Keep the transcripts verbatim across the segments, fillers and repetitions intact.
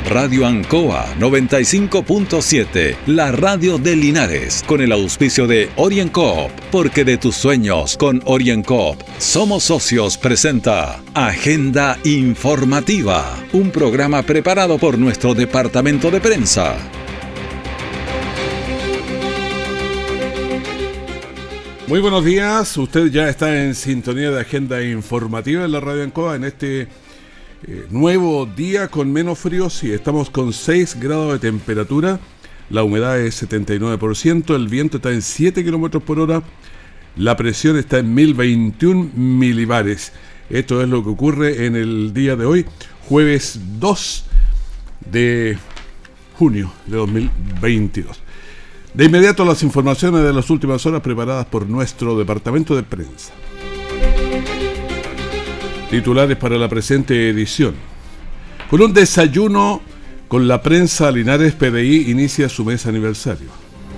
Radio Ancoa noventa y cinco punto siete, la radio de Linares, con el auspicio de OrienCoop, porque de tus sueños con OrienCoop somos socios, presenta Agenda Informativa, un programa preparado por nuestro departamento de prensa. Muy buenos días, usted ya está en sintonía de Agenda Informativa en la Radio Ancoa en este eh, nuevo día con menos frío. Sí, estamos con seis grados de temperatura, la humedad es setenta y nueve por ciento, el viento está en siete kilómetros por hora, la presión está en mil veintiún milibares. Esto es lo que ocurre en el día de hoy, jueves dos de junio de dos mil veintidós. De inmediato las informaciones de las últimas horas preparadas por nuestro departamento de prensa. Titulares para la presente edición. Con un desayuno con la prensa, Linares P D I inicia su mes aniversario.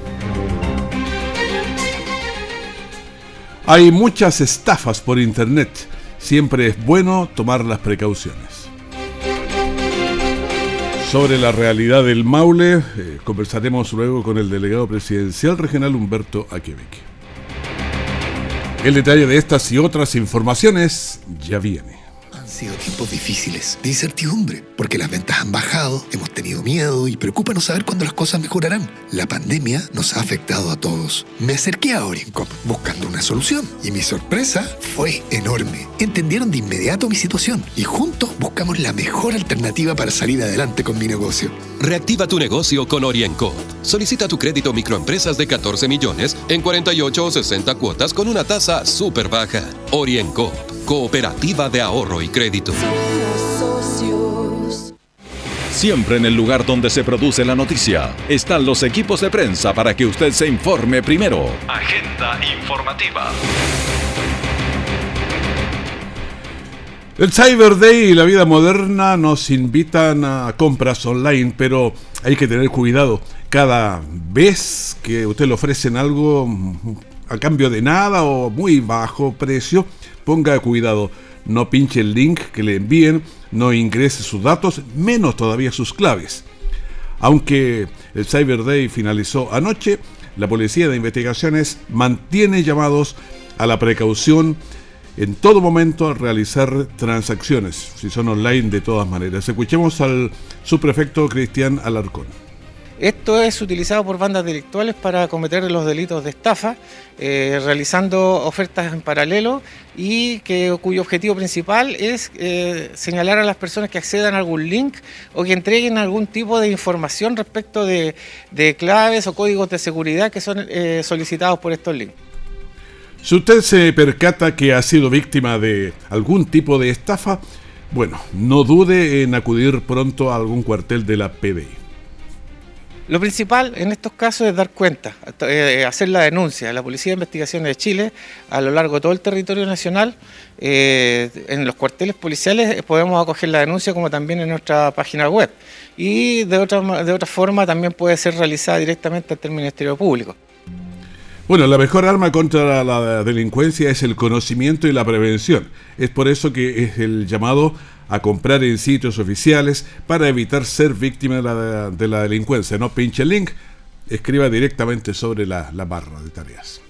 Hay muchas estafas por internet. Siempre es bueno tomar las precauciones. Sobre la realidad del Maule, eh, conversaremos luego con el delegado presidencial regional Humberto Aquebeque. El detalle de estas y otras informaciones ya viene. Han sido tiempos difíciles, de incertidumbre, porque las ventas han bajado, hemos tenido miedo y preocupa no saber cuándo las cosas mejorarán. La pandemia nos ha afectado a todos. Me acerqué a OrienCoop buscando una solución y mi sorpresa fue enorme. Entendieron de inmediato mi situación y juntos buscamos la mejor alternativa para salir adelante con mi negocio. Reactiva tu negocio con OrienCoop. Solicita tu crédito microempresas de catorce millones en cuarenta y ocho o sesenta cuotas con una tasa súper baja. OrienCoop, cooperativa de ahorro y crédito. Siempre en el lugar donde se produce la noticia están los equipos de prensa para que usted se informe primero. Agenda Informativa. El Cyber Day y la vida moderna nos invitan a compras online, pero hay que tener cuidado. Cada vez que usted le ofrecen algo a cambio de nada o muy bajo precio, ponga cuidado. No pinche el link que le envíen, no ingrese sus datos, menos todavía sus claves. Aunque el Cyber Day finalizó anoche, la Policía de Investigaciones mantiene llamados a la precaución en todo momento al realizar transacciones, si son online de todas maneras. Escuchemos al subprefecto Cristian Alarcón. Esto es utilizado por bandas delictuales para cometer los delitos de estafa, eh, realizando ofertas en paralelo y que, cuyo objetivo principal es eh, señalar a las personas que accedan a algún link o que entreguen algún tipo de información respecto de, de claves o códigos de seguridad que son eh, solicitados por estos links. Si usted se percata que ha sido víctima de algún tipo de estafa, bueno, no dude en acudir pronto a algún cuartel de la P D I. Lo principal en estos casos es dar cuenta, eh, hacer la denuncia. La Policía de Investigaciones de Chile, a lo largo de todo el territorio nacional, eh, en los cuarteles policiales podemos acoger la denuncia, como también en nuestra página web. Y de otra, de otra forma también puede ser realizada directamente ante el Ministerio Público. Bueno, la mejor arma contra la delincuencia es el conocimiento y la prevención. Es por eso que es el llamado a comprar en sitios oficiales para evitar ser víctima de la, de la delincuencia. No pinche el link, escriba directamente sobre la, la barra de tareas.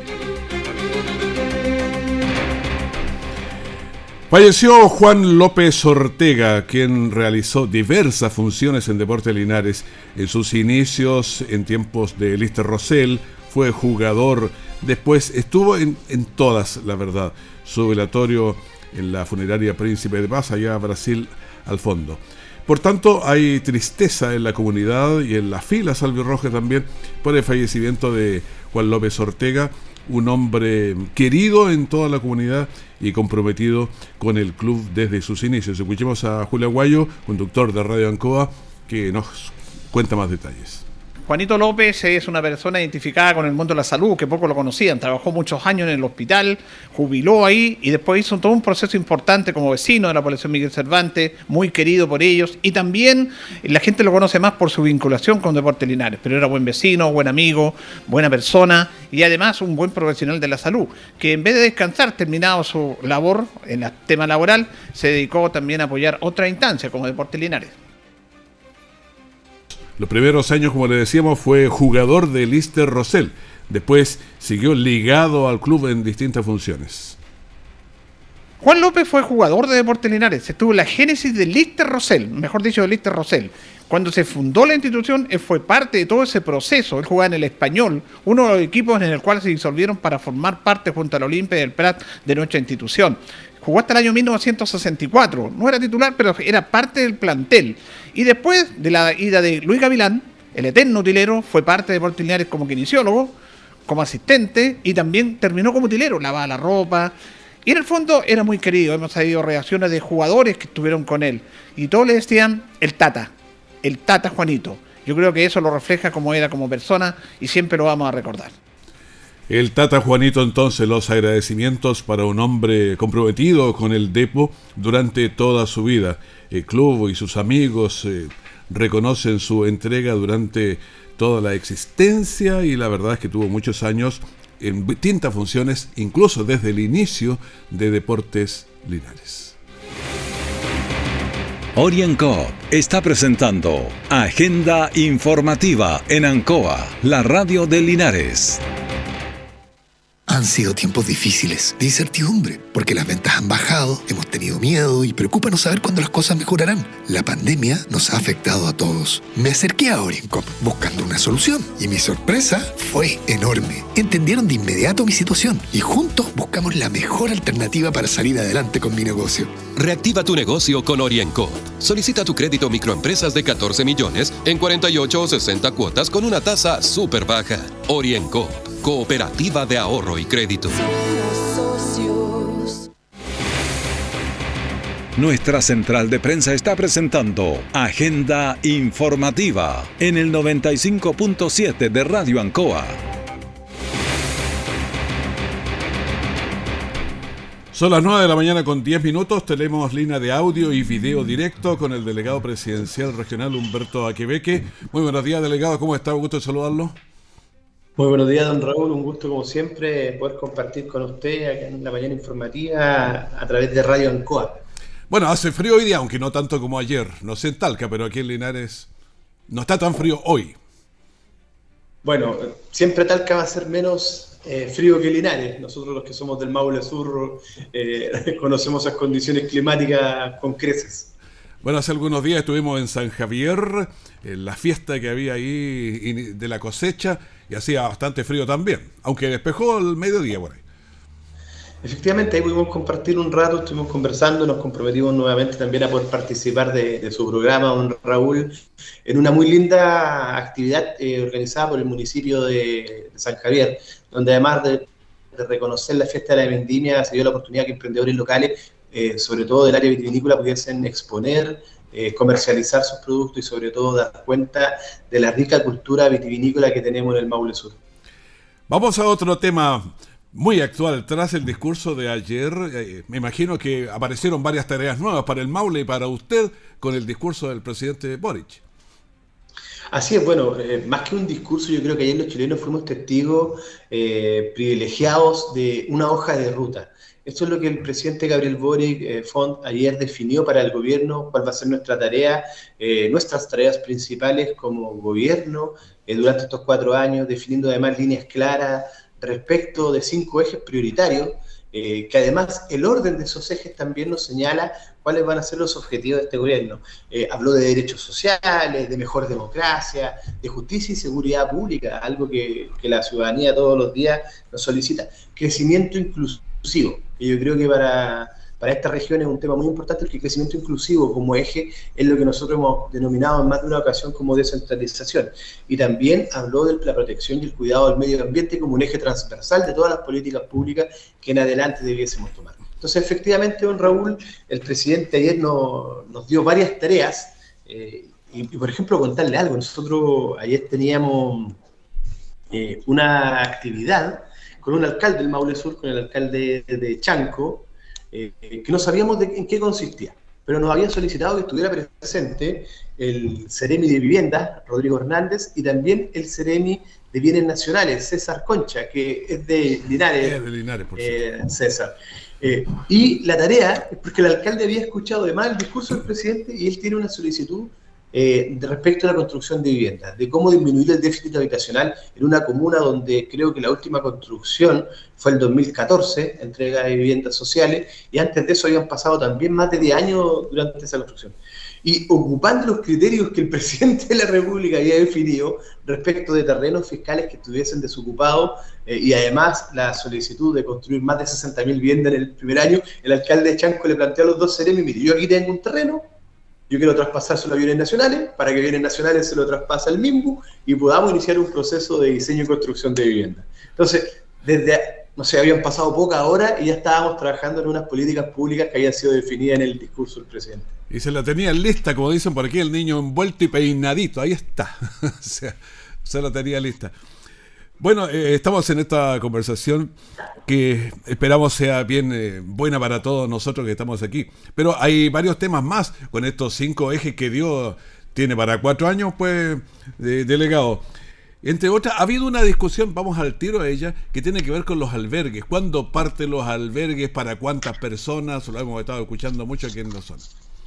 Falleció Juan López Ortega, quien realizó diversas funciones en Deportes Linares. En sus inicios, en tiempos de Lister Rosell, fue jugador. Después estuvo en, en todas, la verdad. Su velatorio en la funeraria Príncipe de Paz, allá Brasil al fondo. Por tanto, hay tristeza en la comunidad y en las filas albirrojas también por el fallecimiento de Juan López Ortega, un hombre querido en toda la comunidad y comprometido con el club desde sus inicios. Escuchemos a Julio Aguayo, conductor de Radio Ancoa, que nos cuenta más detalles. Juanito López es una persona identificada con el mundo de la salud, que poco lo conocían. Trabajó muchos años en el hospital, jubiló ahí y después hizo todo un proceso importante como vecino de la población Miguel Cervantes, muy querido por ellos. Y también la gente lo conoce más por su vinculación con Deportes Linares. Pero era buen vecino, buen amigo, buena persona y además un buen profesional de la salud, que en vez de descansar, terminado su labor en el tema laboral, se dedicó también a apoyar otra instancia como Deportes Linares. Los primeros años, como le decíamos, fue jugador de Lister Rosell. Después siguió ligado al club en distintas funciones. Juan López fue jugador de Deportes Linares, estuvo en la génesis de Lister Rosell, mejor dicho de Lister Rosell. Cuando se fundó la institución, él fue parte de todo ese proceso. Él jugaba en el Español, uno de los equipos en el cual se disolvieron para formar parte junto al Olimpia y el Prat de nuestra institución. Jugó hasta el año mil novecientos sesenta y cuatro, no era titular, pero era parte del plantel. Y después de la ida de Luis Gavilán, el eterno utilero, fue parte de Deportes Linares como kinesiólogo, como asistente, y también terminó como utilero, lavaba la ropa. Y en el fondo era muy querido. Hemos sabido reacciones de jugadores que estuvieron con él. Y todos le decían el Tata, el Tata Juanito. Yo creo que eso lo refleja como era como persona y siempre lo vamos a recordar. El Tata Juanito, entonces, los agradecimientos para un hombre comprometido con el Depo durante toda su vida. El club y sus amigos eh, reconocen su entrega durante toda la existencia y la verdad es que tuvo muchos años en distintas funciones, incluso desde el inicio de Deportes Linares. OrienCoop está presentando Agenda Informativa en Ancoa, la radio de Linares. Han sido tiempos difíciles, de incertidumbre, porque las ventas han bajado, hemos tenido miedo y preocupa no saber cuándo las cosas mejorarán. La pandemia nos ha afectado a todos. Me acerqué a OrienCoop buscando una solución y mi sorpresa fue enorme. Entendieron de inmediato mi situación y juntos buscamos la mejor alternativa para salir adelante con mi negocio. Reactiva tu negocio con OrienCoop. Solicita tu crédito microempresas de catorce millones en cuarenta y ocho o sesenta cuotas con una tasa súper baja. OrienCoop, cooperativa de ahorro y crédito. Nuestra central de prensa está presentando Agenda Informativa en el noventa y cinco punto siete de Radio Ancoa. Son las nueve de la mañana con diez minutos. Tenemos línea de audio y video directo con el delegado presidencial regional Humberto Aquebeque. Muy buenos días, delegado. ¿Cómo está? Un gusto de saludarlo. Muy buenos días, don Raúl. Un gusto, como siempre, poder compartir con usted acá en la mañana informativa a través de Radio Ancoa. Bueno, hace frío hoy día, aunque no tanto como ayer. No sé en Talca, pero aquí en Linares no está tan frío hoy. Bueno, siempre Talca va a ser menos eh, frío que Linares. Nosotros los que somos del Maule Sur eh, conocemos esas condiciones climáticas con creces. Bueno, hace algunos días estuvimos en San Javier, en la fiesta que había ahí de la cosecha, y hacía bastante frío también, aunque despejó el mediodía por ahí. Efectivamente, ahí pudimos compartir un rato, estuvimos conversando, nos comprometimos nuevamente también a poder participar de, de su programa, don Raúl, en una muy linda actividad eh, organizada por el municipio de, de San Javier, donde además de, de reconocer la fiesta de la vendimia, se dio la oportunidad que emprendedores locales, eh, sobre todo del área vitivinícola, pudiesen exponer, eh, comercializar sus productos y sobre todo dar cuenta de la rica cultura vitivinícola que tenemos en el Maule Sur. Vamos a otro tema muy actual. Tras el discurso de ayer, eh, me imagino que aparecieron varias tareas nuevas para el Maule y para usted con el discurso del presidente Boric. Así es, bueno, eh, más que un discurso, yo creo que ayer los chilenos fuimos testigos eh, privilegiados de una hoja de ruta. Esto es lo que el presidente Gabriel Boric eh, Font ayer definió para el gobierno, cuál va a ser nuestra tarea, eh, nuestras tareas principales como gobierno eh, durante estos cuatro años, definiendo además líneas claras respecto de cinco ejes prioritarios, eh, que además el orden de esos ejes también nos señala cuáles van a ser los objetivos de este gobierno. Eh, habló de derechos sociales, de mejor democracia, de justicia y seguridad pública, algo que, que la ciudadanía todos los días nos solicita. Crecimiento inclusivo, que yo creo que para, para esta región es un tema muy importante, porque el crecimiento inclusivo como eje es lo que nosotros hemos denominado en más de una ocasión como descentralización. Y también habló de la protección y el cuidado del medio ambiente como un eje transversal de todas las políticas públicas que en adelante debiésemos tomar. Entonces, efectivamente, don Raúl, el presidente ayer nos, nos dio varias tareas, eh, y, y, por ejemplo, contarle algo. Nosotros ayer teníamos eh, una actividad con un alcalde del Maule Sur, con el alcalde de Chanco, eh, que no sabíamos de, en qué consistía, pero nos habían solicitado que estuviera presente el Ceremi de Vivienda, Rodrigo Hernández, y también el Ceremi de Bienes Nacionales, César Concha, que es de Linares, es de Linares por eh, César. Eh, y la tarea es porque el alcalde había escuchado además el discurso del presidente y él tiene una solicitud eh, de respecto a la construcción de viviendas, de cómo disminuir el déficit habitacional en una comuna donde creo que la última construcción fue el dos mil catorce, entrega de viviendas sociales, y antes de eso habían pasado también más de diez años durante esa construcción. Y ocupando los criterios que el presidente de la República había definido respecto de terrenos fiscales que estuviesen desocupados, eh, y además la solicitud de construir más de sesenta mil viviendas en el primer año, el alcalde de Chanco le planteó a los dos seremi, mire, yo aquí tengo un terreno, yo quiero traspasárselo a Bienes Nacionales, para que Bienes Nacionales se lo traspase al MIMBU y podamos iniciar un proceso de diseño y construcción de viviendas. Entonces, desde, no sé, habían pasado pocas horas y ya estábamos trabajando en unas políticas públicas que habían sido definidas en el discurso del presidente. Y se la tenía lista, como dicen por aquí, el niño envuelto y peinadito, ahí está. O sea, se la tenía lista. Bueno, eh, estamos en esta conversación que esperamos sea bien eh, buena para todos nosotros que estamos aquí. Pero hay varios temas más con estos cinco ejes que Dios tiene para cuatro años, pues, de, delegado. Entre otras, ha habido una discusión, vamos al tiro a ella, que tiene que ver con los albergues. ¿Cuándo parten los albergues? ¿Para cuántas personas? Lo hemos estado escuchando mucho aquí en la zona.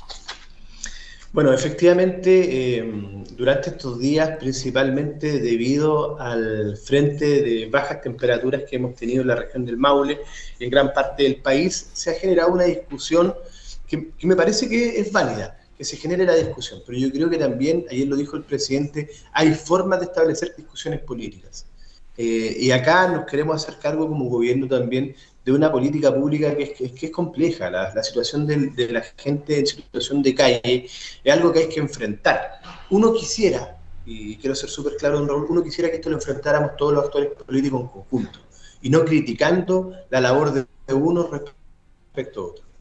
Bueno, efectivamente, eh, durante estos días, principalmente debido al frente de bajas temperaturas que hemos tenido en la región del Maule y en gran parte del país, se ha generado una discusión que, que me parece que es válida, que se genere la discusión, pero yo creo que también, ayer lo dijo el presidente, hay formas de establecer discusiones políticas. Eh, y acá nos queremos hacer cargo como gobierno también de una política pública que es, que, que es compleja. La, la situación de, de la gente en situación de calle es algo que hay que enfrentar. Uno quisiera, y quiero ser súper claro, don Raúl, uno quisiera que esto lo enfrentáramos todos los actores políticos en conjunto, y no criticando la labor de uno respecto a otro.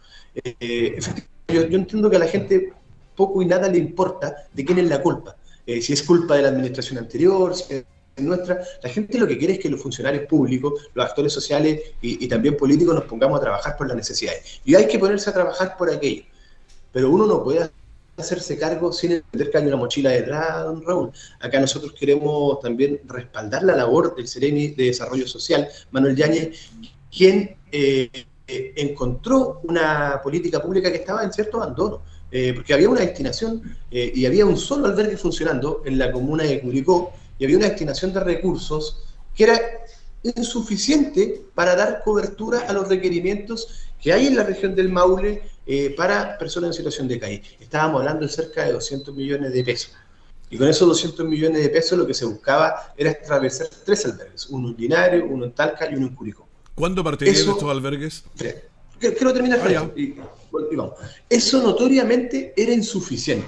Eh, efectivamente, yo, yo entiendo que a la gente poco y nada le importa de quién es la culpa, eh, si es culpa de la administración anterior, si es nuestra. La gente lo que quiere es que los funcionarios públicos, los actores sociales y, y también políticos nos pongamos a trabajar por las necesidades. Y hay que ponerse a trabajar por aquello. Pero uno no puede hacerse cargo sin entender que hay una mochila detrás, don Raúl. Acá nosotros queremos también respaldar la labor del Ceremi de Desarrollo Social, Manuel Yáñez, quien eh, eh, encontró una política pública que estaba en cierto abandono. Eh, porque había una destinación eh, y había un solo albergue funcionando en la comuna de Curicó, y había una destinación de recursos que era insuficiente para dar cobertura a los requerimientos que hay en la región del Maule eh, para personas en situación de calle. Estábamos hablando de cerca de doscientos millones de pesos. Y con esos doscientos millones de pesos lo que se buscaba era establecer tres albergues, uno en Linares, uno en Talca y uno en Curicó. ¿Cuándo partirían Eso, estos albergues? Quiero terminar con esto. Y, y vamos. Eso notoriamente era insuficiente.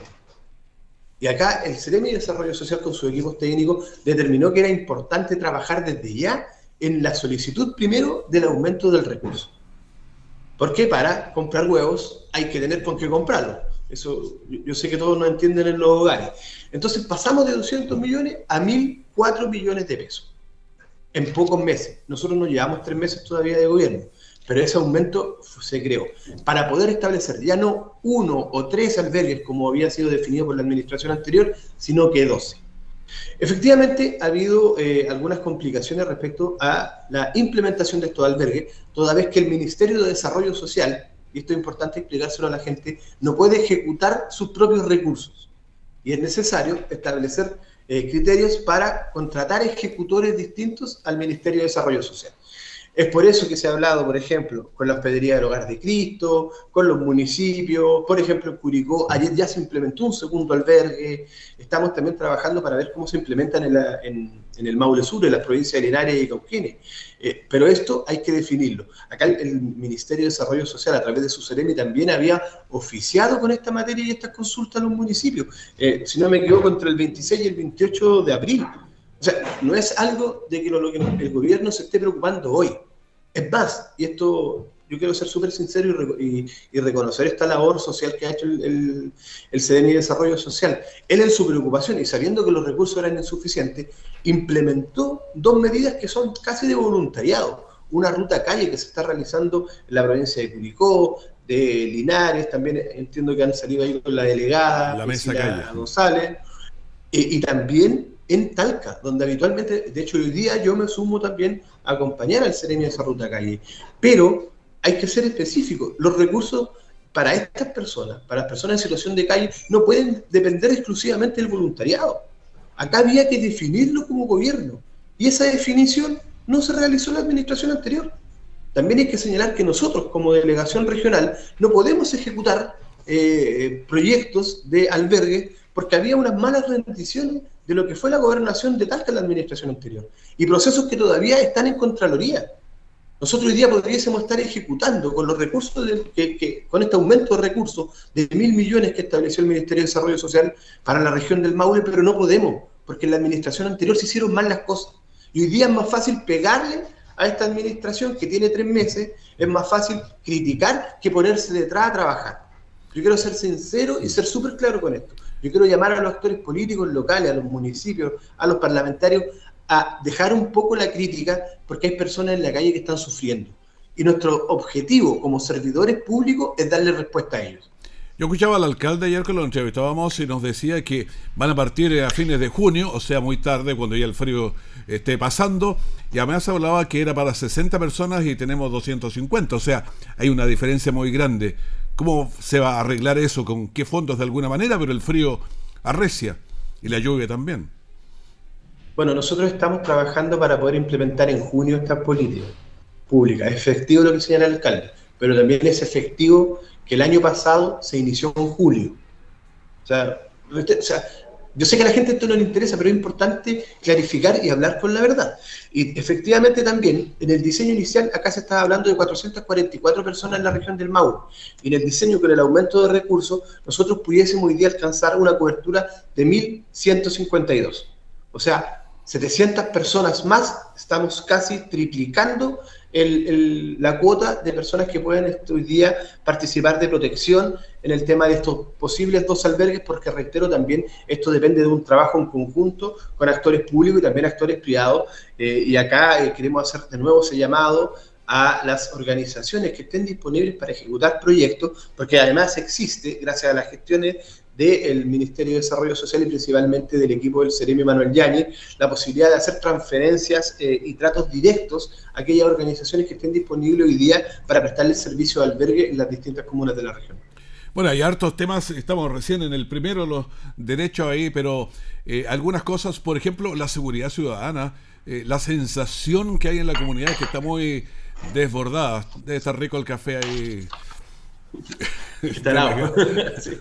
Y acá el Ceremi de Desarrollo Social con sus equipos técnicos determinó que era importante trabajar desde ya en la solicitud primero del aumento del recurso. Porque para comprar huevos hay que tener con qué comprarlos. Eso yo, yo sé que todos no entienden en los hogares. Entonces pasamos de doscientos millones a mil cuatro millones de pesos en pocos meses. Nosotros no llevamos tres meses todavía de gobierno, pero ese aumento se creó para poder establecer ya no uno o tres albergues como había sido definido por la administración anterior, sino que doce. Efectivamente, ha habido eh, algunas complicaciones respecto a la implementación de estos albergues, toda vez que el Ministerio de Desarrollo Social, y esto es importante explicárselo a la gente, no puede ejecutar sus propios recursos. Y es necesario establecer eh, criterios para contratar ejecutores distintos al Ministerio de Desarrollo Social. Es por eso que se ha hablado, por ejemplo, con la Hospedería del Hogar de Cristo, con los municipios, por ejemplo en Curicó, ayer ya se implementó un segundo albergue, estamos también trabajando para ver cómo se implementan en, la, en, en el Maule Sur, en las provincias de Linares y Cauquenes, eh, pero esto hay que definirlo. Acá el, el Ministerio de Desarrollo Social, a través de su Ceremi, también había oficiado con esta materia y estas consultas a los municipios, eh, si no me equivoco, entre el veintiséis y el veintiocho de abril. O sea, no es algo de que, lo, lo que el gobierno se esté preocupando hoy. Es más, y esto yo quiero ser súper sincero y, y, y reconocer esta labor social que ha hecho el, el, el Ceremi de Desarrollo Social. Él en su preocupación y sabiendo que los recursos eran insuficientes, implementó dos medidas que son casi de voluntariado. Una ruta calle que se está realizando en la provincia de Curicó, de Linares, también entiendo que han salido ahí con la delegada, la mesa calle González, y, y también en Talca, donde habitualmente, de hecho hoy día yo me sumo también a acompañar al Ceremi de esa ruta calle. Pero hay que ser específico, los recursos para estas personas, para las personas en situación de calle, no pueden depender exclusivamente del voluntariado. Acá había que definirlo como gobierno, y esa definición no se realizó en la administración anterior. También hay que señalar que nosotros, como delegación regional, no podemos ejecutar eh, proyectos de albergue porque había unas malas rendiciones de lo que fue la gobernación de Talca en la administración anterior, y procesos que todavía están en Contraloría. Nosotros hoy día podríamos estar ejecutando con los recursos, de, que, que, con este aumento de recursos de mil millones que estableció el Ministerio de Desarrollo Social para la región del Maule, pero no podemos, porque en la administración anterior se hicieron mal las cosas. Y hoy día es más fácil pegarle a esta administración que tiene tres meses, es más fácil criticar que ponerse detrás a trabajar. Yo quiero ser sincero y ser súper claro con esto. Yo quiero llamar a los actores políticos locales, a los municipios, a los parlamentarios, a dejar un poco la crítica, porque hay personas en la calle que están sufriendo. Y nuestro objetivo como servidores públicos es darle respuesta a ellos. Yo escuchaba al alcalde ayer que lo entrevistábamos y nos decía que van a partir a fines de junio, o sea, muy tarde, cuando ya el frío esté pasando, y además hablaba que era para sesenta personas y tenemos doscientos cincuenta, o sea, hay una diferencia muy grande. ¿Cómo se va a arreglar eso? ¿Con qué fondos de alguna manera? Pero el frío arrecia y la lluvia también. Bueno, nosotros estamos trabajando para poder implementar en junio estas políticas públicas. Es efectivo lo que señala el alcalde, pero también es efectivo que el año pasado se inició en julio. O sea, usted, o sea, yo sé que a la gente esto no le interesa, pero es importante clarificar y hablar con la verdad. Y efectivamente también, en el diseño inicial, acá se estaba hablando de cuatrocientas cuarenta y cuatro personas en la región del Maule. Y en el diseño, con el aumento de recursos, nosotros pudiésemos hoy día alcanzar una cobertura de mil ciento cincuenta y dos. O sea, setecientas personas más, estamos casi triplicando el, el, la cuota de personas que pueden hoy día participar de protección en el tema de estos posibles dos albergues, porque reitero también, esto depende de un trabajo en conjunto con actores públicos y también actores privados, eh, y acá eh, queremos hacer de nuevo ese llamado a las organizaciones que estén disponibles para ejecutar proyectos, porque además existe, gracias a las gestiones del Ministerio de Desarrollo Social y principalmente del equipo del Seremi Manuel Yáñez, la posibilidad de hacer transferencias eh, y tratos directos a aquellas organizaciones que estén disponibles hoy día para prestarles servicio de albergue en las distintas comunas de la región. Bueno, hay hartos temas, estamos recién en el primero, los derechos ahí, pero eh, algunas cosas, por ejemplo, la seguridad ciudadana, eh, la sensación que hay en la comunidad es que está muy desbordada. Debe estar rico el café ahí. Está lado. Sí.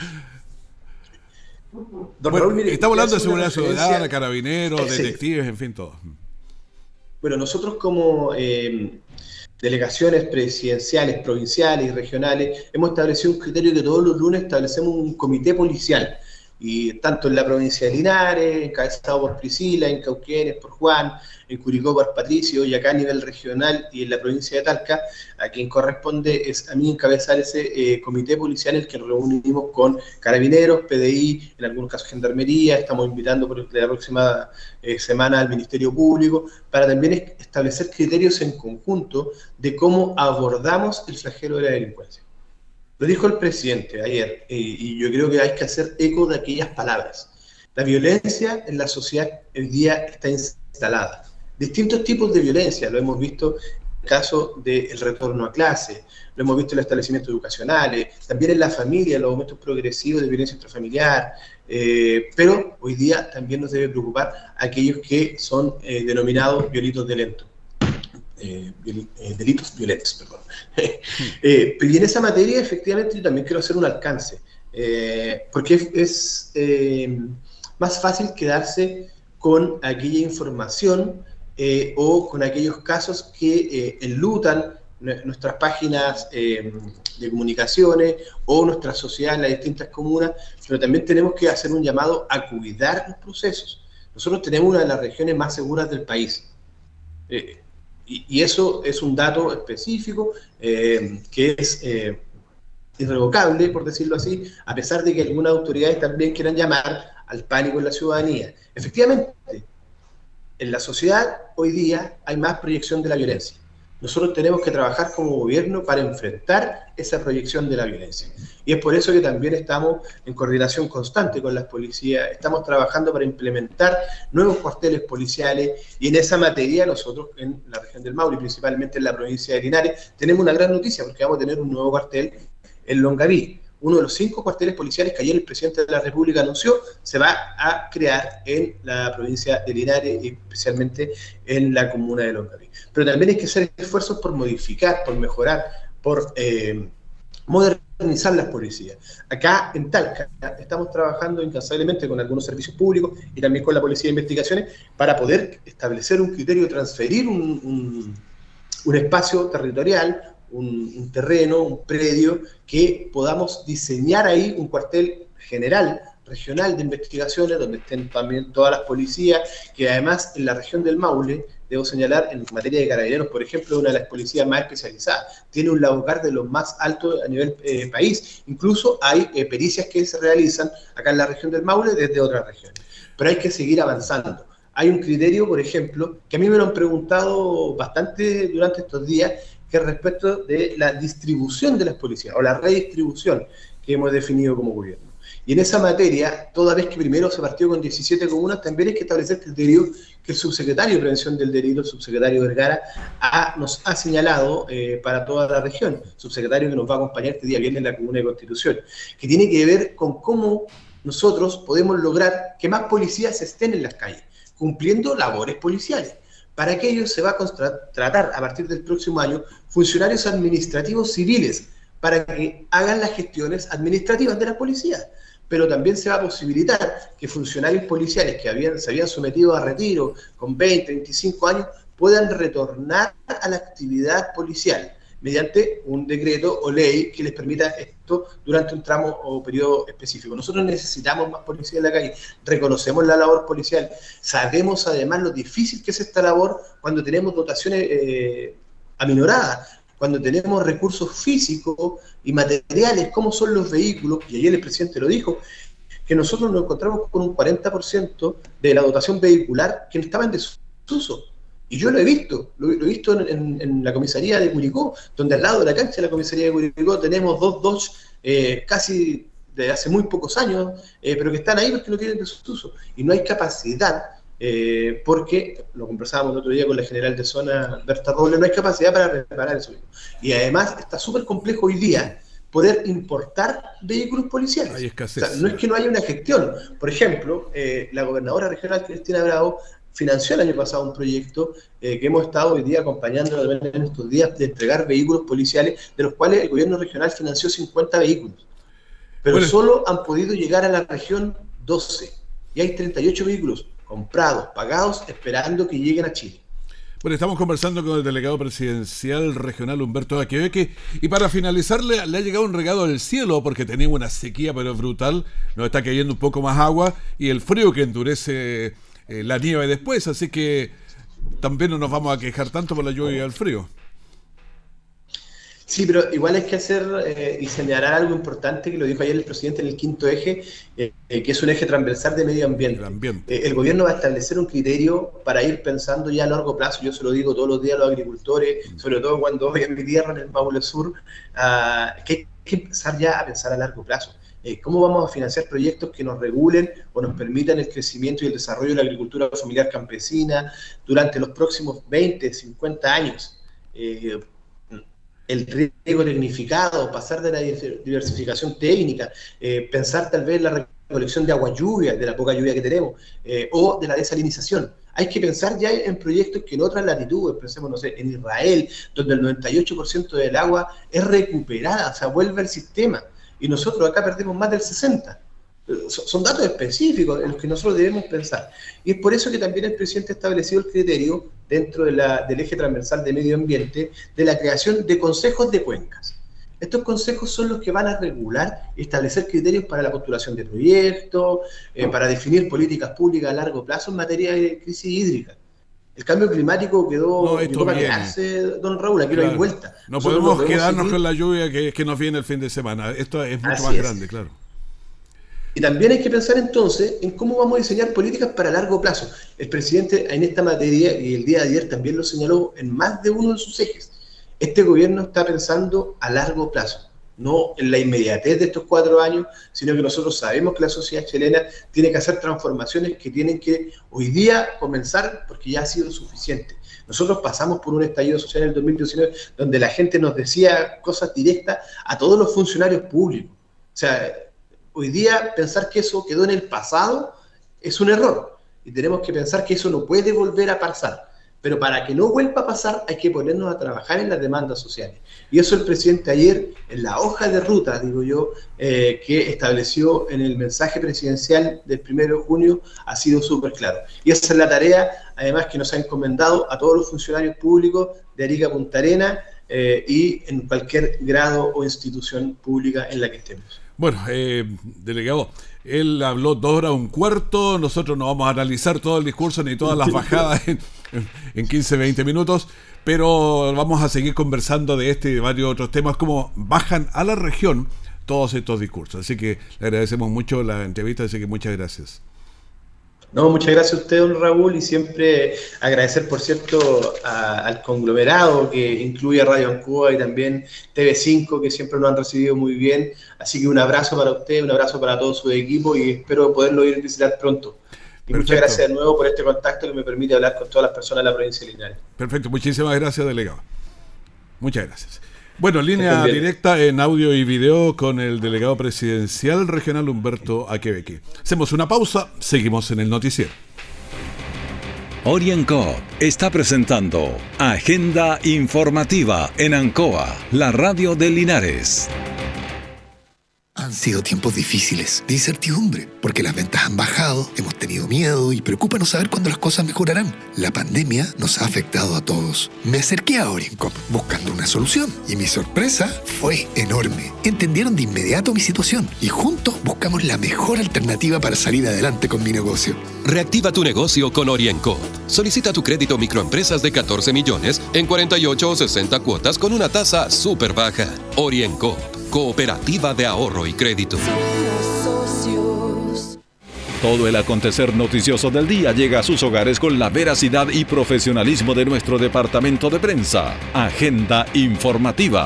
Bueno, Raúl, mire, estamos hablando de seguridad ciudadana, carabineros, sí, detectives, en fin, todo. Bueno, nosotros como eh, delegaciones presidenciales, provinciales y regionales, hemos establecido un criterio que todos los lunes establecemos un comité policial, y tanto en la provincia de Linares, encabezado por Priscila, en Cauquenes por Juan, en Curicó por Patricio, y acá a nivel regional y en la provincia de Talca, a quien corresponde es a mí encabezar ese eh, comité policial, el que nos reunimos con carabineros, P D I, en algunos casos gendarmería. Estamos invitando por la próxima eh, semana al Ministerio Público para también establecer criterios en conjunto de cómo abordamos el flagelo de la delincuencia. Lo dijo el presidente ayer, eh, y yo creo que hay que hacer eco de aquellas palabras. La violencia en la sociedad hoy día está instalada. Distintos tipos de violencia, lo hemos visto en el caso del retorno a clase, lo hemos visto en los establecimientos educacionales, también en la familia, en los aumentos progresivos de violencia intrafamiliar, eh, pero hoy día también nos debe preocupar aquellos que son eh, denominados delitos violentos. Eh, eh, delitos violentos, perdón. eh, y en esa materia, efectivamente, yo también quiero hacer un alcance, eh, porque es, es eh, más fácil quedarse con aquella información eh, o con aquellos casos que eh, enlutan nuestras páginas eh, de comunicaciones o nuestra sociedad en las distintas comunas, pero también tenemos que hacer un llamado a cuidar los procesos. Nosotros tenemos una de las regiones más seguras del país. Eh, Y, y eso es un dato específico eh, que es eh, irrevocable, por decirlo así, a pesar de que algunas autoridades también quieran llamar al pánico en la ciudadanía. Efectivamente, en la sociedad hoy día hay más proyección de la violencia. Nosotros tenemos que trabajar como gobierno para enfrentar esa proyección de la violencia. Y es por eso que también estamos en coordinación constante con las policías, estamos trabajando para implementar nuevos cuarteles policiales, y en esa materia nosotros en la región del Maule, principalmente en la provincia de Linares, tenemos una gran noticia porque vamos a tener un nuevo cuartel en Longaví. Uno de los cinco cuarteles policiales que ayer el presidente de la República anunció se va a crear en la provincia de Linares, especialmente en la comuna de Longaví. Pero también hay que hacer esfuerzos por modificar, por mejorar, por eh, modernizar las policías. Acá en Talca estamos trabajando incansablemente con algunos servicios públicos y también con la Policía de Investigaciones para poder establecer un criterio, transferir un, un, un espacio territorial, Un, un terreno, un predio, que podamos diseñar ahí un cuartel general, regional de investigaciones, donde estén también todas las policías, que además en la región del Maule, debo señalar, en materia de carabineros, por ejemplo, una de las policías más especializadas, tiene un labocar de los más altos a nivel eh, país, incluso hay eh, pericias que se realizan acá en la región del Maule desde otras regiones, pero hay que seguir avanzando. Hay un criterio, por ejemplo, que a mí me lo han preguntado bastante durante estos días, que es respecto de la distribución de las policías, o la redistribución que hemos definido como gobierno. Y en esa materia, toda vez que primero se partió con diecisiete comunas, también hay que establecer criterios que el subsecretario de Prevención del Delito, el subsecretario Vergara, ha, nos ha señalado eh, para toda la región, subsecretario que nos va a acompañar este día viernes en la Comuna de Constitución, que tiene que ver con cómo nosotros podemos lograr que más policías estén en las calles, cumpliendo labores policiales. Para aquello se va a contratar a partir del próximo año funcionarios administrativos civiles para que hagan las gestiones administrativas de la policía. Pero también se va a posibilitar que funcionarios policiales que habían, se habían sometido a retiro con veinte, veinticinco años puedan retornar a la actividad policial mediante un decreto o ley que les permita esto durante un tramo o periodo específico. Nosotros necesitamos más policía en la calle, reconocemos la labor policial, sabemos además lo difícil que es esta labor cuando tenemos dotaciones eh, aminoradas, cuando tenemos recursos físicos y materiales, como son los vehículos, y ayer el presidente lo dijo, que nosotros nos encontramos con un cuarenta por ciento de la dotación vehicular que estaba en desuso. Y yo lo he visto, lo, lo he visto en, en, en la comisaría de Curicó, donde al lado de la cancha de la comisaría de Curicó tenemos dos Dodge eh, casi de hace muy pocos años, eh, pero que están ahí porque no tienen desuso. Y no hay capacidad, eh, porque, lo conversábamos el otro día con la general de zona, Berta Robles, no hay capacidad para reparar eso. Y además está súper complejo hoy día poder importar vehículos policiales. Hay escasez. O sea, no es que no haya una gestión. Por ejemplo, eh, la gobernadora regional Cristina Bravo financió el año pasado un proyecto eh, que hemos estado hoy día acompañando en estos días de entregar vehículos policiales, de los cuales el gobierno regional financió cincuenta vehículos. Pero bueno, solo han podido llegar a la región doce. Y hay treinta y ocho vehículos comprados, pagados, esperando que lleguen a Chile. Bueno, estamos conversando con el delegado presidencial regional Humberto Aquebeque, y para finalizar le, le ha llegado un regalo del cielo, porque tenemos una sequía pero brutal, nos está cayendo un poco más agua y el frío que endurece eh, la nieve después, así que también no nos vamos a quejar tanto por la lluvia y el frío. Sí, pero igual hay que hacer eh, y señalar algo importante que lo dijo ayer el presidente en el quinto eje, eh, eh, que es un eje transversal de medio ambiente. El, ambiente. Eh, el gobierno va a establecer un criterio para ir pensando ya a largo plazo. Yo se lo digo todos los días a los agricultores, mm. sobre todo cuando voy en mi tierra, en el Maule Sur, uh, que hay que empezar ya a pensar a largo plazo. Eh, ¿Cómo vamos a financiar proyectos que nos regulen o nos permitan el crecimiento y el desarrollo de la agricultura familiar campesina durante los próximos veinte, cincuenta años? Eh, el riego tecnificado, pasar de la diversificación técnica, eh, pensar tal vez la recolección de agua lluvia, de la poca lluvia que tenemos, eh, o de la desalinización. Hay que pensar ya en proyectos que en otras latitudes, pensemos, no sé, en Israel, donde el noventa y ocho por ciento del agua es recuperada, o sea, vuelve al sistema, y nosotros acá perdemos más del sesenta por ciento. Son datos específicos en los que nosotros debemos pensar. Y es por eso que también el presidente ha establecido el criterio dentro de la, del eje transversal de medio ambiente de la creación de consejos de cuencas. Estos consejos son los que van a regular y establecer criterios para la postulación de proyectos, eh, para definir políticas públicas a largo plazo en materia de crisis hídrica. El cambio climático quedó, no, quedó para quedarse, don Raúl, aquí claro. No hay vuelta. No Nosotros podemos, podemos quedarnos seguir con la lluvia que, que nos viene el fin de semana. Esto es mucho Así más es. grande, claro. Y también hay que pensar entonces en cómo vamos a diseñar políticas para largo plazo. El presidente en esta materia, y el día de ayer también lo señaló en más de uno de sus ejes, este gobierno está pensando a largo plazo. no en la inmediatez de estos cuatro años, sino que nosotros sabemos que la sociedad chilena tiene que hacer transformaciones que tienen que hoy día comenzar porque ya ha sido suficiente. Nosotros pasamos por un estallido social en el dos mil diecinueve donde la gente nos decía cosas directas a todos los funcionarios públicos. O sea, hoy día pensar que eso quedó en el pasado es un error y tenemos que pensar que eso no puede volver a pasar. Pero para que no vuelva a pasar hay que ponernos a trabajar en las demandas sociales. Y eso el presidente ayer, en la hoja de ruta, digo yo, eh, que estableció en el mensaje presidencial del primero de junio, ha sido súper claro. Y esa es la tarea, además, que nos ha encomendado a todos los funcionarios públicos de Arica a Punta Arenas eh, y en cualquier grado o institución pública en la que estemos. Bueno, eh, delegado, él habló dos horas un cuarto, nosotros no vamos a analizar todo el discurso ni todas las bajadas en, en quince, veinte minutos, pero vamos a seguir conversando de este y de varios otros temas, cómo bajan a la región todos estos discursos. Así que le agradecemos mucho la entrevista, así que muchas gracias. No, muchas gracias a usted, don Raúl, y siempre agradecer, por cierto, a, al conglomerado que incluye Radio Ancoa y también T V cinco, que siempre nos han recibido muy bien. Así que un abrazo para usted, un abrazo para todo su equipo y espero poderlo ir a visitar pronto. Y Perfecto. Muchas gracias de nuevo por este contacto que me permite hablar con todas las personas de la provincia de Linares. Perfecto, muchísimas gracias, delegado. Muchas gracias. Bueno, línea directa en audio y video con el delegado presidencial regional Humberto Aquebeque. Hacemos una pausa, seguimos en el noticiero. OrienCoop está presentando Agenda Informativa en Ancoa, la radio de Linares. Han sido tiempos difíciles, de incertidumbre, porque las ventas han bajado, hemos tenido miedo y preocupa no saber cuándo las cosas mejorarán. La pandemia nos ha afectado a todos. Me acerqué a OrienCoop buscando una solución y mi sorpresa fue enorme. Entendieron de inmediato mi situación y juntos buscamos la mejor alternativa para salir adelante con mi negocio. Reactiva tu negocio con OrienCoop. Solicita tu crédito microempresas de catorce millones en cuarenta y ocho o sesenta cuotas con una tasa súper baja. OrienCoop, cooperativa de ahorro y crédito. Todo el acontecer noticioso del día llega a sus hogares con la veracidad y profesionalismo de nuestro departamento de prensa. Agenda Informativa.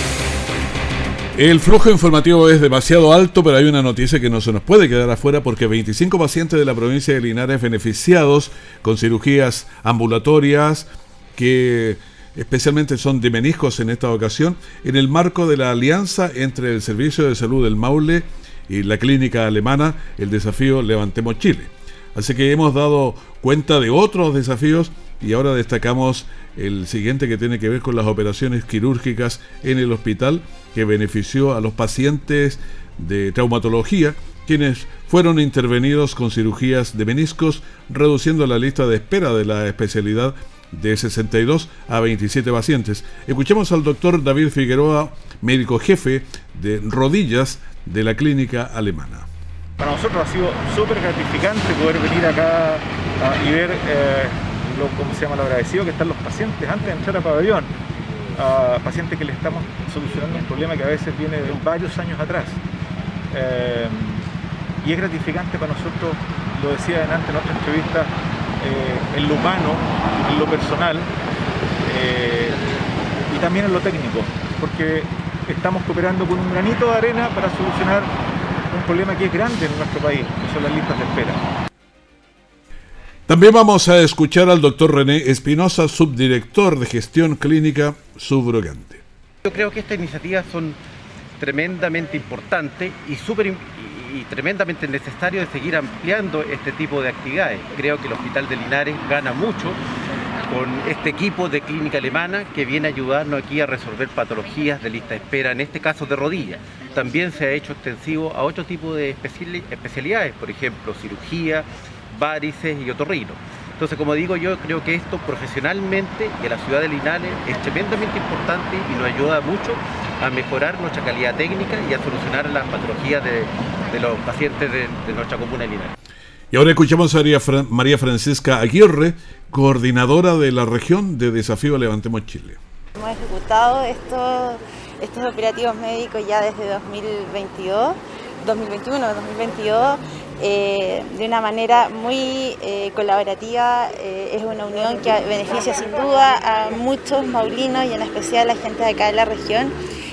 El flujo informativo es demasiado alto, pero hay una noticia que no se nos puede quedar afuera porque veinticinco pacientes de la provincia de Linares beneficiados con cirugías ambulatorias que especialmente son de meniscos en esta ocasión, en el marco de la alianza entre el Servicio de Salud del Maule y la clínica alemana, el desafío Levantemos Chile. Así que hemos dado cuenta de otros desafíos y ahora destacamos el siguiente que tiene que ver con las operaciones quirúrgicas en el hospital que benefició a los pacientes de traumatología, quienes fueron intervenidos con cirugías de meniscos, reduciendo la lista de espera de la especialidad de sesenta y dos a veintisiete pacientes. Escuchemos al doctor David Figueroa, médico jefe de rodillas de la clínica alemana. Para nosotros ha sido súper gratificante poder venir acá uh, y ver eh, lo, ¿cómo se llama? Lo agradecido que están los pacientes antes de entrar a pabellón. Uh, pacientes que le estamos solucionando un problema que a veces viene de varios años atrás. Eh, y es gratificante para nosotros, lo decía antes en otra entrevista, Eh, en lo humano, en lo personal eh, y también en lo técnico, porque estamos cooperando con un granito de arena para solucionar un problema que es grande en nuestro país, que son las listas de espera. También vamos a escuchar al doctor René Espinosa, subdirector de gestión clínica subrogante. Yo creo que estas iniciativas son tremendamente importantes y súper y tremendamente necesario de seguir ampliando este tipo de actividades. Creo que el Hospital de Linares gana mucho con este equipo de clínica alemana que viene a ayudarnos aquí a resolver patologías de lista de espera, en este caso de rodillas. También se ha hecho extensivo a otro tipo de especialidades, por ejemplo, cirugía, varices y otorrino. Entonces, como digo, yo creo que esto profesionalmente y a la ciudad de Linares es tremendamente importante y nos ayuda mucho a mejorar nuestra calidad técnica y a solucionar las patologías de, de los pacientes de, de nuestra comuna de Linares. Y ahora escuchamos a María, Fran- María Francisca Aguirre, coordinadora de la región de Desafío Levantemos Chile. Hemos ejecutado estos, estos operativos médicos ya desde dos mil veintidós, dos mil veintiuno, dos mil veintidós, eh, de una manera muy eh, colaborativa. Eh, es una unión que beneficia sin duda a muchos maulinos y en especial a la gente de acá de la región.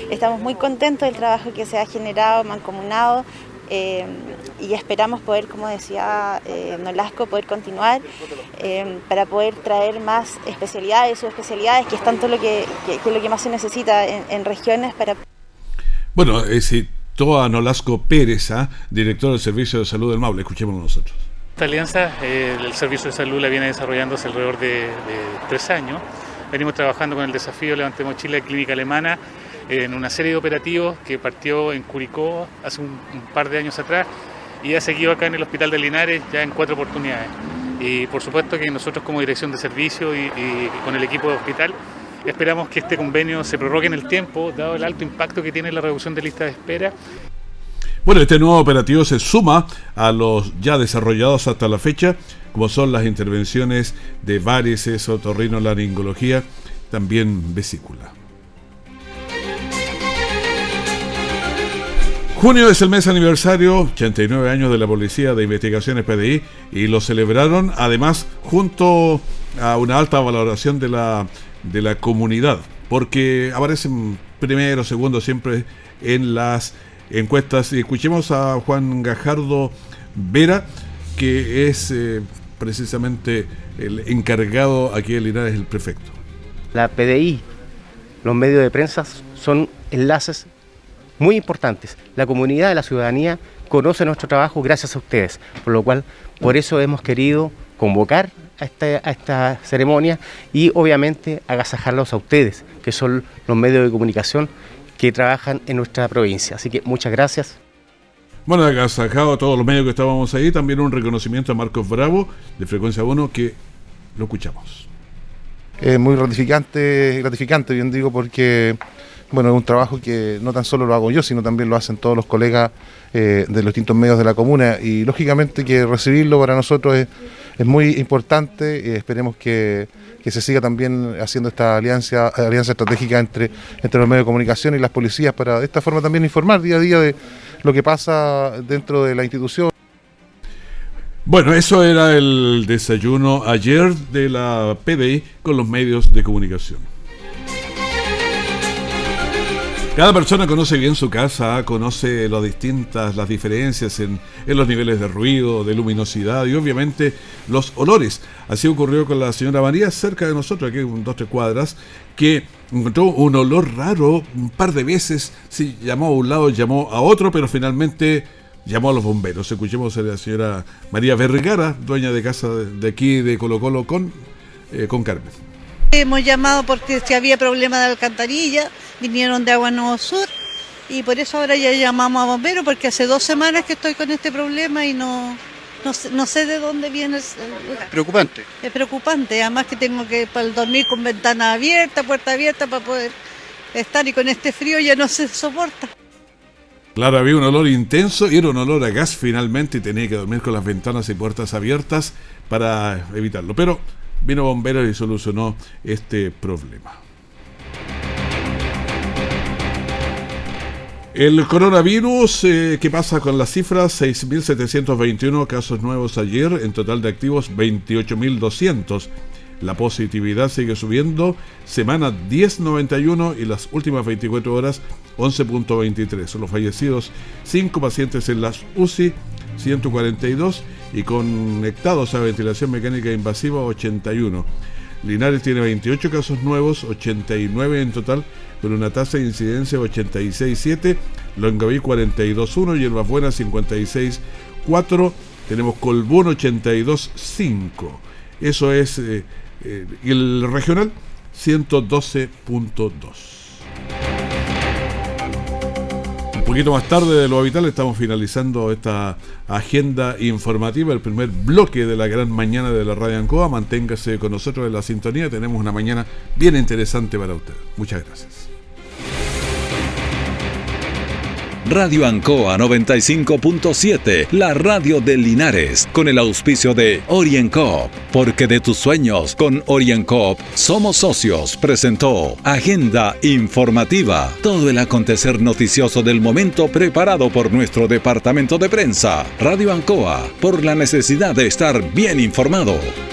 estamos muy contentos del trabajo que se ha generado, mancomunado, eh, y esperamos poder, como decía eh, Nolasco, poder continuar eh, para poder traer más especialidades, subespecialidades, que es tanto lo que, que, que lo que más se necesita en, en regiones para... Bueno, eh, citó a Nolasco Pérez, ¿eh? director del Servicio de Salud del Maule. Escuchémoslo nosotros. Esta alianza, eh, el Servicio de Salud la viene desarrollándose alrededor de, de tres años. Venimos trabajando con el desafío Levantemos Chile Clínica Alemana eh, en una serie de operativos que partió en Curicó hace un, un par de años atrás y ha seguido acá en el Hospital de Linares ya en cuatro oportunidades. Y por supuesto que nosotros como dirección de servicio y, y, y con el equipo de hospital esperamos que este convenio se prorrogue en el tiempo, dado el alto impacto que tiene la reducción de listas de espera. Bueno, este nuevo operativo se suma a los ya desarrollados hasta la fecha, como son las intervenciones de varices, otorrinolaringología, también vesícula. Junio es el mes aniversario, ochenta y nueve años de la Policía de Investigaciones P D I, y lo celebraron además junto a una alta valoración de la, de la comunidad, porque aparecen primero, segundo siempre en las encuestas. Y escuchemos a Juan Gajardo Vera, que es eh, precisamente el encargado aquí en Linares, el prefecto. La P D I, los medios de prensa son enlaces muy importantes. La comunidad de la ciudadanía conoce nuestro trabajo gracias a ustedes, por lo cual, por eso hemos querido convocar a esta, a esta ceremonia y obviamente agasajarlos a ustedes, que son los medios de comunicación que trabajan en nuestra provincia. Así que muchas gracias. Bueno, agasajado a todos los medios que estábamos ahí, también un reconocimiento a Marcos Bravo, de Frecuencia uno, que lo escuchamos. Es muy gratificante, gratificante, bien digo, porque bueno, es un trabajo que no tan solo lo hago yo, sino también lo hacen todos los colegas eh, de los distintos medios de la comuna, y lógicamente que recibirlo para nosotros es, es muy importante. Eh, esperemos que, que se siga también haciendo esta alianza, alianza estratégica entre, entre los medios de comunicación y las policías, para de esta forma también informar día a día de lo que pasa dentro de la institución. Bueno, eso era el desayuno ayer de la P D I con los medios de comunicación. Cada persona conoce bien su casa, conoce las distintas, las diferencias en, en los niveles de ruido, de luminosidad y obviamente los olores. Así ocurrió con la señora María, cerca de nosotros, aquí en dos, tres cuadras, que encontró un olor raro un par de veces. Sí, llamó a un lado, llamó a otro, pero finalmente llamó a los bomberos. Escuchemos a la señora María Vergara, dueña de casa de aquí de Colo Colo, con, eh, con Carmen. Hemos llamado porque si había problema de alcantarilla, vinieron de Agua Nuevo Sur y por eso ahora ya llamamos a bomberos, porque hace dos semanas que estoy con este problema y no, no, sé, no sé de dónde viene. Es preocupante. Es preocupante, además que tengo que para dormir con ventana abierta, puerta abierta para poder estar, y con este frío ya no se soporta. Claro, había un olor intenso y era un olor a gas finalmente, y tenía que dormir con las ventanas y puertas abiertas para evitarlo, pero vino bomberos y solucionó este problema. El coronavirus, eh, ¿qué pasa con las cifras? seis mil setecientos veintiuno casos nuevos ayer, en total de activos veintiocho mil doscientos. La positividad sigue subiendo, semana diez noventa y uno y las últimas veinticuatro horas once punto veintitrés. Los fallecidos, cinco pacientes en las U C I, ciento cuarenta y dos, y conectados a ventilación mecánica invasiva ochenta y uno. Linares tiene veintiocho casos nuevos, ochenta y nueve en total, con una tasa de incidencia de ochenta y seis punto siete, Longaví cuarenta y dos punto uno, Hierbas Buenas cincuenta y seis punto cuatro, tenemos Colbún ochenta y dos punto cinco. Eso es eh, eh, el regional ciento doce punto dos. Un poquito más tarde de lo habitual estamos finalizando esta agenda informativa, el primer bloque de la gran mañana de la Radio Ancoa. Manténgase con nosotros en la sintonía, tenemos una mañana bien interesante para usted. Muchas gracias. Radio Ancoa noventa y cinco punto siete, la radio de Linares, con el auspicio de OrienCoop, porque de tus sueños con OrienCoop somos socios, presentó Agenda Informativa, todo el acontecer noticioso del momento preparado por nuestro departamento de prensa. Radio Ancoa, por la necesidad de estar bien informado.